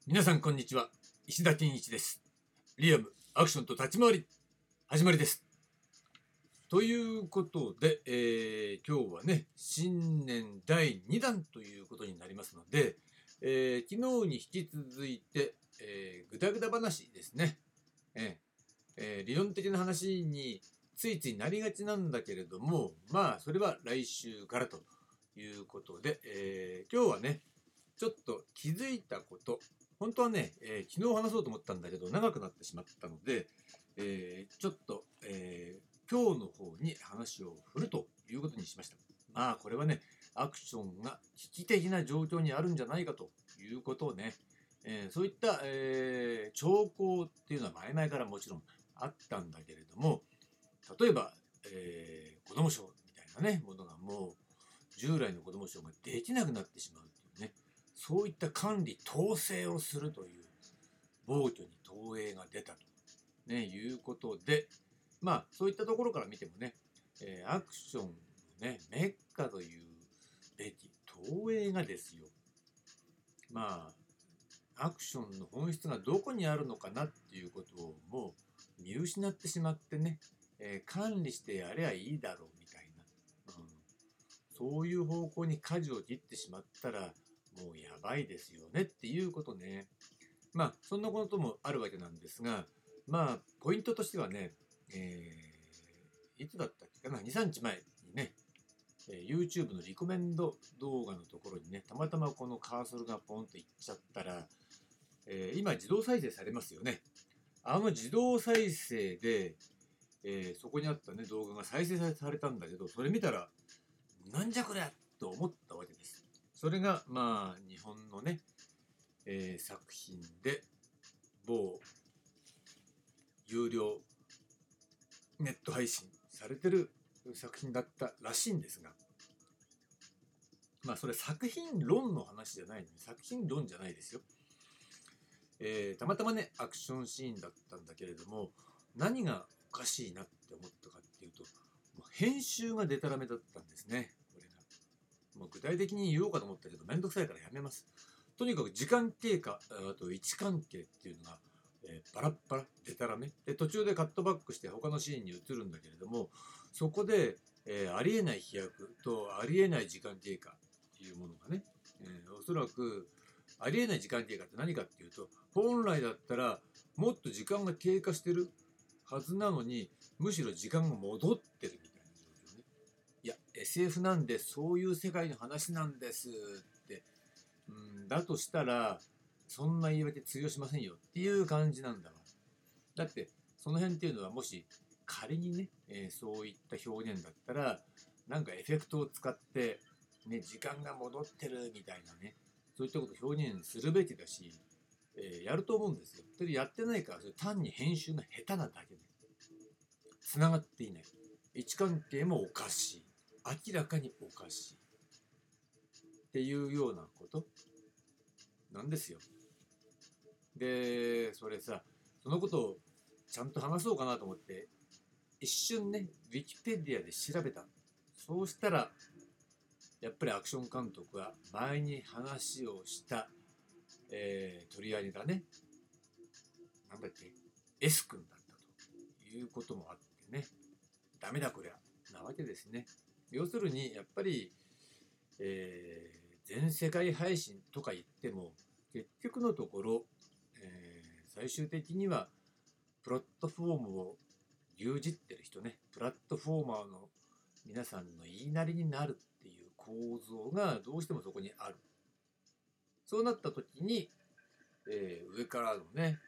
皆さんこんにちは。石田健一です。リアムアクションと立ち回り始まりです。ということで、今日はね新年第2弾ということになりますので、昨日に引き続いて、ぐだぐだ話ですね、理論的な話についついなりがちなんだけれども、まあそれは来週からということで、今日はねちょっと気づいたこと、本当はね、昨日話そうと思ったんだけど長くなってしまったので、ちょっと、今日の方に話を振るということにしました。まあこれはねアクションが危機的な状況にあるんじゃないかということをね、そういった、兆候っていうのは前々からもちろんあったんだけれども、例えば、子ども賞みたいなねものがもう従来の子ども賞ができなくなってしまうっていうね、そういった管理統制をするという暴挙に投影が出たと、ね、いうことで、まあそういったところから見てもね、アクションのねメッカというべき投影がですよ、まあアクションの本質がどこにあるのかなっていうことをもう見失ってしまってね、管理してやればいいだろうみたいな、そういう方向に舵を切ってしまったらもうやばいですよねっていうことね。まあそんなこともあるわけなんですが、まあポイントとしてはね、いつだったっけかな、2、3日前にね、YouTube のリコメンド動画のところにねたまたまこのカーソルがポンといっちゃったら、今自動再生されますよね。あの自動再生で、そこにあったね動画が再生されたんだけど、それ見たらなんじゃこりゃと思ったわけです。それがまあ日本のね、作品で某有料ネット配信されてる作品だったらしいんですが、まあそれ作品論の話じゃないので、作品論じゃないですよ。たまたまねアクションシーンだったんだけれども、何がおかしいなって思ったかっていうと、編集がデタラメだったんですね。これがもう具体的に言おうかと思ったけどめんどくさいからやめます。とにかく時間経過、あと位置関係っていうのが、バラッバラデタラメで、途中でカットバックして他のシーンに移るんだけれども、そこで、ありえない飛躍とありえない時間経過っていうものがね、おそらくありえない時間経過って何かっていうと、本来だったらもっと時間が経過してるはずなのに、むしろ時間が戻ってるみたいな状況ね。いや SF なんでそういう世界の話なんですって、だとしたらそんな言い訳通用しませんよっていう感じなんだわ。だってその辺っていうのはもし仮にね、そういった表現だったらなんかエフェクトを使って、ね、時間が戻ってるみたいなね、そういったことを表現するべきだし、やると思うんですよ。それやってないから、それ単に編集が下手なだけでつながっていない、位置関係もおかしい、明らかにおかしいっていうようなことなんですよ。でそれさ、そのことをちゃんと話そうかなと思って一瞬ねウィキペディアで調べた。そうしたらやっぱりアクション監督は前に話をした、取り上げがね、なんだっけ、 S 君だったということもあってね、ダメだこりゃなわけですね。要するにやっぱり、全世界配信とか言っても結局のところ、最終的にはプラットフォームを牛耳ってる人ね、プラットフォーマーの皆さんの言いなりになるっていう構造がどうしてもそこにある。そうなった時に、上からのね、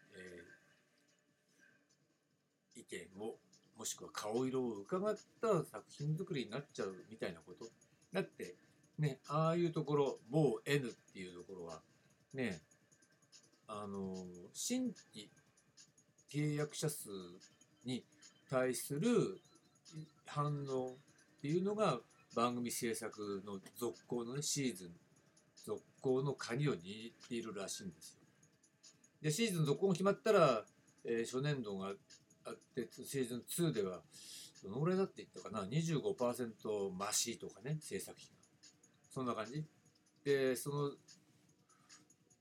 意見をもしくは顔色を伺った作品作りになっちゃうみたいなこと。だってね、ああいうところ某 N っていうところはね、新規契約者数に対する反応っていうのが番組制作の続行の、ね、シーズン続行の鍵を握っているらしいんですよ。でシーズン続行が決まったら、初年度があってシーズン2ではどのぐらいだって言ったかな、 25% 増しとかね、制作費がそんな感じで、その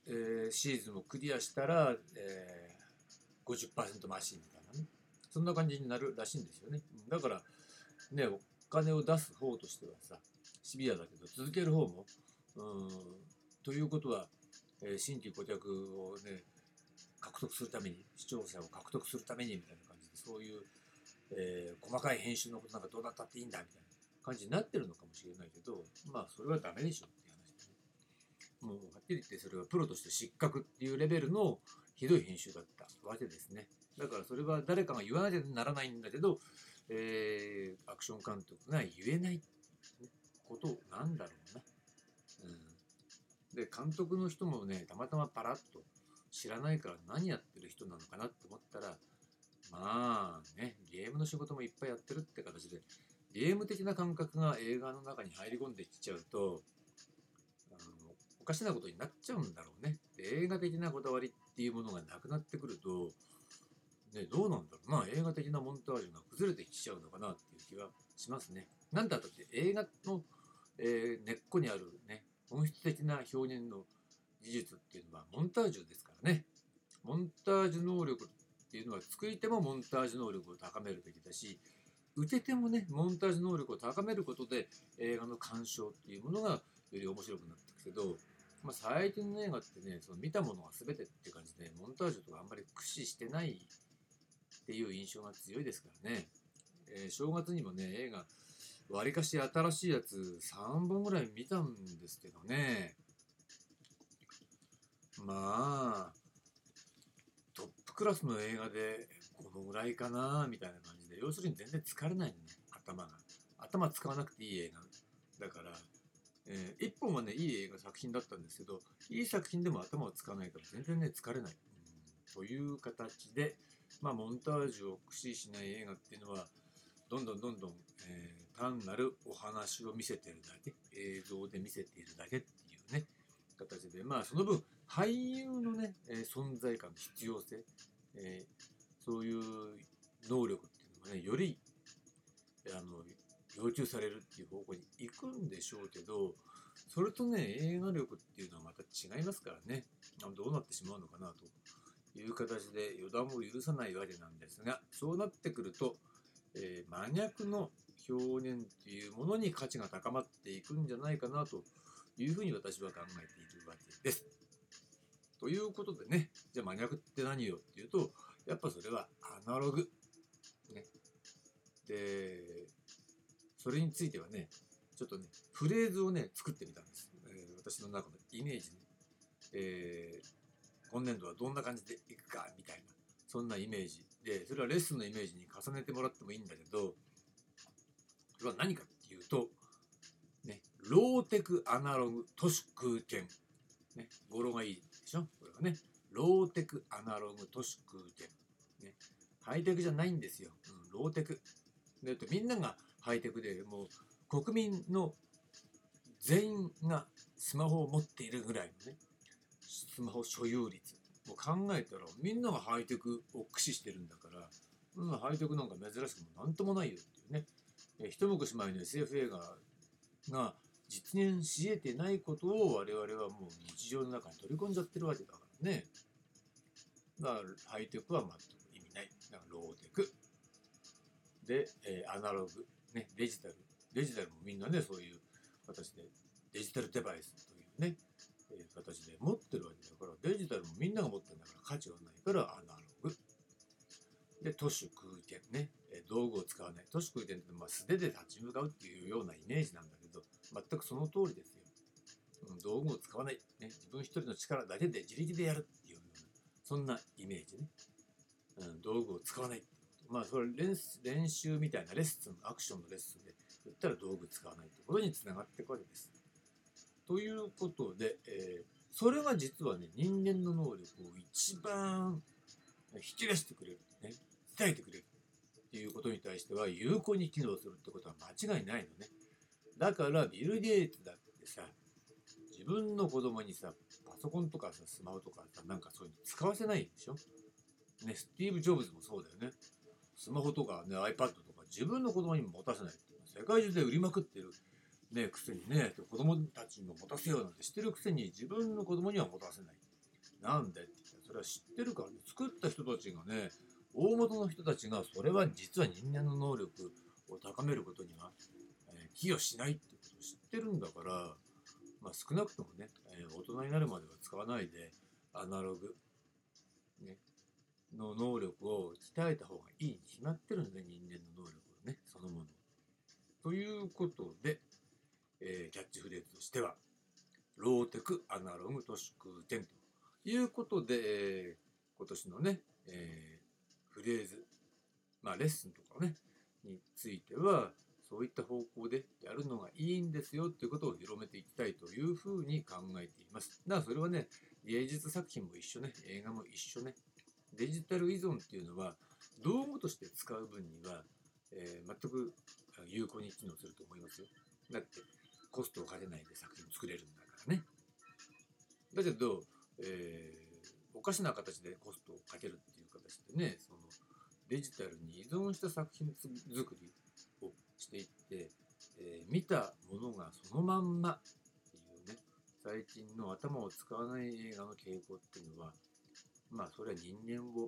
シーズンをクリアしたら、50% 増しみたいなね、そんな感じになるらしいんですよね。だからね、お金を出す方としてはさ、シビアだけど、続ける方も、ということは、新規顧客をね、獲得するために、視聴者を獲得するためにみたいな感じで、そういう、細かい編集のことなんかどうだったっていいんだみたいな感じになってるのかもしれないけど、まあそれはダメでしょっていう話でね。もうはっきり言ってそれはプロとして失格っていうレベルのひどい編集だったわけですね。だからそれは誰かが言わなきゃならないんだけど、アクション監督が言えないことなんだろうな。で監督の人もね、たまたまパラッと知らないから何やってる人なのかなって思ったら、まあね、ゲームの仕事もいっぱいやってるって形で、ゲーム的な感覚が映画の中に入り込んできちゃうと、おかしなことになっちゃうんだろうね。で映画的なこだわりっていうものがなくなってくると、ね、どうなんだろうな、映画的なモンタージュが崩れてきちゃうのかなっていう気がしますね。なんだったって映画の、根っこにあるね、本質的な表現の技術っていうのはモンタージュですからね。モンタージュ能力っていうのは作り手もモンタージュ能力を高めるべきだし、受け手もね、モンタージュ能力を高めることで映画の鑑賞っていうものがより面白くなっていくけど、まあ、最近の映画ってね、その見たものが全てっていう感じで、モンタージュとかあんまり駆使してないっていう印象が強いですからね。正月にもね、映画、わりかし新しいやつ3本ぐらい見たんですけどね。まあ、トップクラスの映画でこのぐらいかなみたいな感じで、要するに全然疲れないのね、頭が。頭使わなくていい映画。だから、一本はね、いい映画作品だったんですけど、いい作品でも頭を使わないから全然ね、疲れない。という形で、まあ、モンタージュを駆使しない映画っていうのは、どんどん、単なるお話を見せてるだけ、映像で見せているだけっていうね、形で、まあ、その分、俳優のね、存在感の必要性、そういう能力っていうのがね、より要求されるっていう方向に行くんでしょうけど、それとね、映画力っていうのはまた違いますからね、どうなってしまうのかなという形で予断を許さないわけなんですが、そうなってくると、真逆の表現っていうものに価値が高まっていくんじゃないかなというふうに私は考えているわけです。ということでね、じゃあ真逆って何よっていうと、やっぱそれはアナログ。ね、で、それについてはね、ちょっとね、フレーズをね、作ってみたんです。私の中のイメージね、今年度はどんな感じでいくかみたいな、そんなイメージで、それはレッスンのイメージに重ねてもらってもいいんだけど、それは何かっていうと、ね、ローテクアナログ都市空間、ね、語呂がいいでしょ、これはね、ローテクアナログ都市空間、ね、ハイテクじゃないんですよ、ローテクで、みんながハイテクで、もう国民の全員がスマホを持っているぐらいのね、スマホ所有率を考えたら、みんながハイテクを駆使してるんだから、ハイテクなんか珍しくもなんともないよっていうね、一昔前の SF 映画が実現し得てないことを我々はもう日常の中に取り込んじゃってるわけだからね。だからハイテクは全く意味ない。だからローテク。で、アナログ、ね、デジタル。デジタルもみんなね、そういう形でデジタルデバイスというね、形で持ってるわけだから、デジタルもみんなが持ってるんだから価値はないからアナログ。で、都市空間ね、道具を使わない。都市空間って、素手で立ち向かうっていうようなイメージなんだけど、全くその通りですよ。道具を使わない、ね。自分一人の力だけで自力でやるっていうような、そんなイメージね。道具を使わない。それ練習みたいなレッスン、アクションのレッスンで言ったら道具使わないということにつながっていくわけです。ということで、それが実はね、人間の能力を一番引き出してくれる、ね、伝えてくれるっていうことに対しては有効に機能するってことは間違いないのね。だからビル・ゲイツだってさ、自分の子供にさ、パソコンとかさ、スマホとかさ、なんかそういうの使わせないでしょ。ね、スティーブ・ジョブズもそうだよね。スマホとかね、iPad とか自分の子供にも持たせないっていう。世界中で売りまくってる、ね、くせにね、子供たちにも持たせようなんてしてるくせに自分の子供には持たせない。 なんでって言ったら、それは知ってるからね。作った人たちがね、大元の人たちが、それは実は人間の能力を高めることには、寄与しないっていうことを知ってるんだから、少なくともね、大人になるまでは使わないで、アナログ、ね、の能力を鍛えた方がいいに決まってるんで、人間の能力をね、そのもの。ということで、キャッチフレーズとしては、ローテクアナログ都市空転ということで、今年のね、フレーズ、レッスンとかね、については、そういった方向でやるのがいいんですよということを広めていきたいというふうに考えています。だからそれはね、芸術作品も一緒ね、映画も一緒ね。デジタル依存っていうのは、道具として使う分には、全く有効に機能すると思いますよ。だって、コストをかけないで作品を作れるんだからね。だけど、おかしな形でコストをかけるっていう形でね、そのデジタルに依存した作品作りをしていって、見たものがそのまんまっていうね、最近の頭を使わない映画の傾向っていうのは、それは人間を、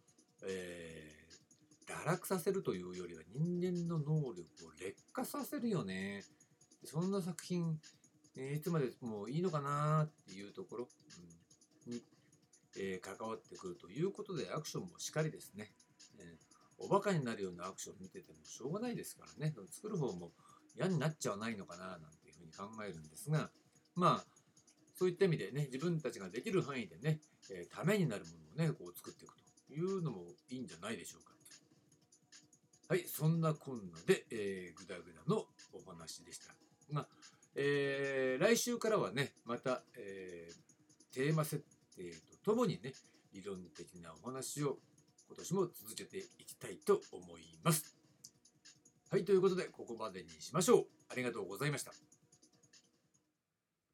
堕落させるというよりは人間の能力を劣化させるよね。そんな作品、いつまでもいいのかなっていうところ、に、関わってくるということで、アクションもしっかりですね。おバカになるようなアクションを見ててもしょうがないですからね。作る方も嫌になっちゃわないのかななんていうふうに考えるんですが、そういった意味でね、自分たちができる範囲でね、ためになるものをね、こう作っていくというのもいいんじゃないでしょうか。はい、そんなこんなで、グダグダのお話でしたが、来週からはね、また、テーマ設定とともにね、理論的なお話を今年も続けていきたいと思います。はい、ということで、ここまでにしましょう。ありがとうございました。